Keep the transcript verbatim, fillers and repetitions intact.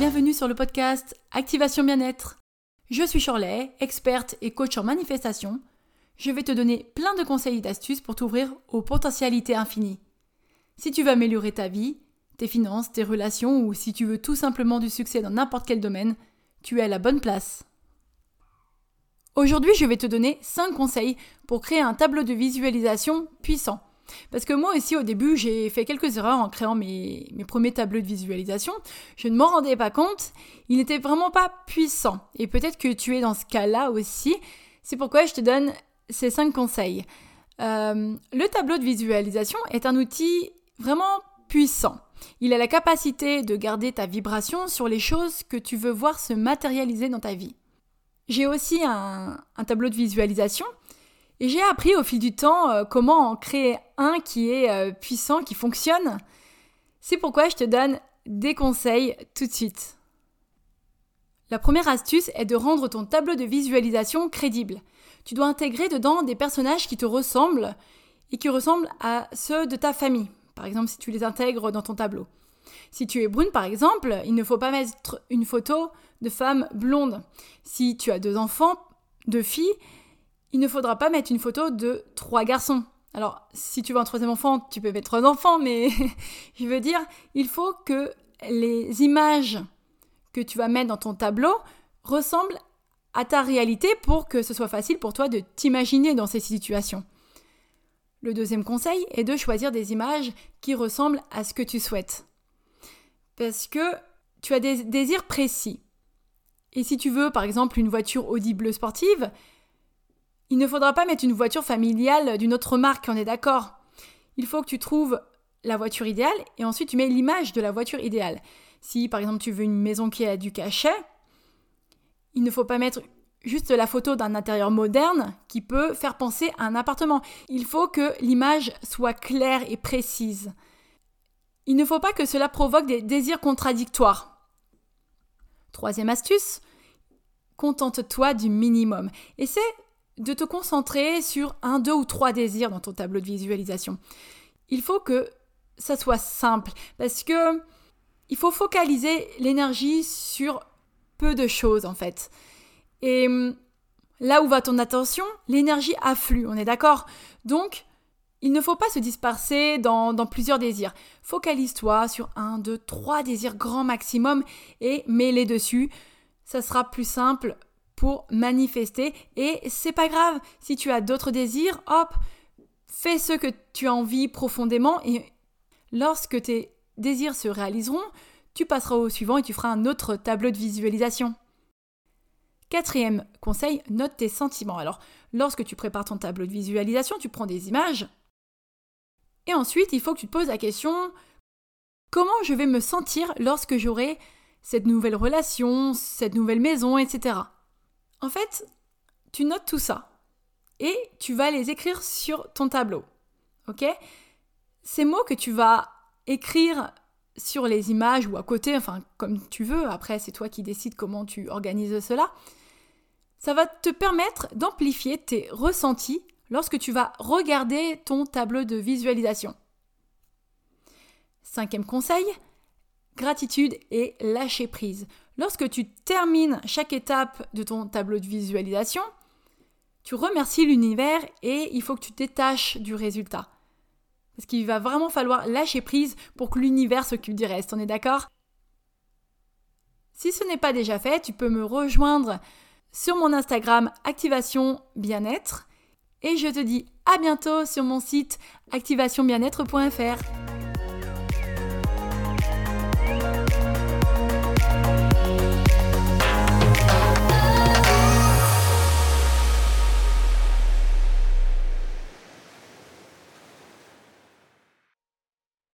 bienvenue sur le podcast Activation Bien-être. Je suis Shirley, experte et coach en manifestation. Je vais te donner plein de conseils et d'astuces pour t'ouvrir aux potentialités infinies. Si tu veux améliorer ta vie, tes finances, tes relations ou si tu veux tout simplement du succès dans n'importe quel domaine, tu es à la bonne place. Aujourd'hui, je vais te donner cinq conseils pour créer un tableau de visualisation puissant. Parce que moi aussi, au début, j'ai fait quelques erreurs en créant mes, mes premiers tableaux de visualisation. Je ne m'en rendais pas compte. Il n'était vraiment pas puissant. Et peut-être que tu es dans ce cas-là aussi. C'est pourquoi je te donne ces cinq conseils. Euh, le tableau de visualisation est un outil vraiment puissant. Il a la capacité de garder ta vibration sur les choses que tu veux voir se matérialiser dans ta vie. J'ai aussi un, un tableau de visualisation. Et j'ai appris au fil du temps euh, comment en créer un qui est euh, puissant, qui fonctionne. C'est pourquoi je te donne des conseils tout de suite. La première astuce est de rendre ton tableau de visualisation crédible. Tu dois intégrer dedans des personnages qui te ressemblent et qui ressemblent à ceux de ta famille. Par exemple, si tu les intègres dans ton tableau. Si tu es brune, par exemple, il ne faut pas mettre une photo de femme blonde. Si tu as deux enfants, deux filles, il ne faudra pas mettre une photo de trois garçons. Alors, si tu veux un troisième enfant, tu peux mettre trois enfants, mais je veux dire, il faut que les images que tu vas mettre dans ton tableau ressemblent à ta réalité pour que ce soit facile pour toi de t'imaginer dans ces situations. Le deuxième conseil est de choisir des images qui ressemblent à ce que tu souhaites. Parce que tu as des désirs précis. Et si tu veux, par exemple, une voiture Audi bleue sportive, il ne faudra pas mettre une voiture familiale d'une autre marque, on est d'accord. Il faut que tu trouves la voiture idéale et ensuite tu mets l'image de la voiture idéale. Si par exemple tu veux une maison qui a du cachet, il ne faut pas mettre juste la photo d'un intérieur moderne qui peut faire penser à un appartement. Il faut que l'image soit claire et précise. Il ne faut pas que cela provoque des désirs contradictoires. Troisième astuce, contente-toi du minimum. Et c'est de te concentrer sur un, deux ou trois désirs dans ton tableau de visualisation. Il faut que ça soit simple parce que il faut focaliser l'énergie sur peu de choses en fait. Et là où va ton attention, l'énergie afflue, on est d'accord? Donc, il ne faut pas se disperser dans, dans plusieurs désirs. Focalise-toi sur un, deux, trois désirs grand maximum et mets-les dessus. Ça sera plus simple pour manifester et c'est pas grave si tu as d'autres désirs, hop, fais ce que tu as envie profondément et lorsque tes désirs se réaliseront, tu passeras au suivant et tu feras un autre tableau de visualisation. Quatrième conseil, note tes sentiments. Alors, lorsque tu prépares ton tableau de visualisation, tu prends des images et ensuite, il faut que tu te poses la question comment je vais me sentir lorsque j'aurai cette nouvelle relation, cette nouvelle maison, et cetera. En fait, tu notes tout ça et tu vas les écrire sur ton tableau. Ok ? Ces mots que tu vas écrire sur les images ou à côté, enfin comme tu veux, après c'est toi qui décides comment tu organises cela, ça va te permettre d'amplifier tes ressentis lorsque tu vas regarder ton tableau de visualisation. Cinquième conseil, gratitude et lâcher prise. Lorsque tu termines chaque étape de ton tableau de visualisation, tu remercies l'univers et il faut que tu te détaches du résultat. Parce qu'il va vraiment falloir lâcher prise pour que l'univers s'occupe du reste, on est d'accord ? Si ce n'est pas déjà fait, tu peux me rejoindre sur mon Instagram Activation Bien-être et je te dis à bientôt sur mon site activation bien être point f r.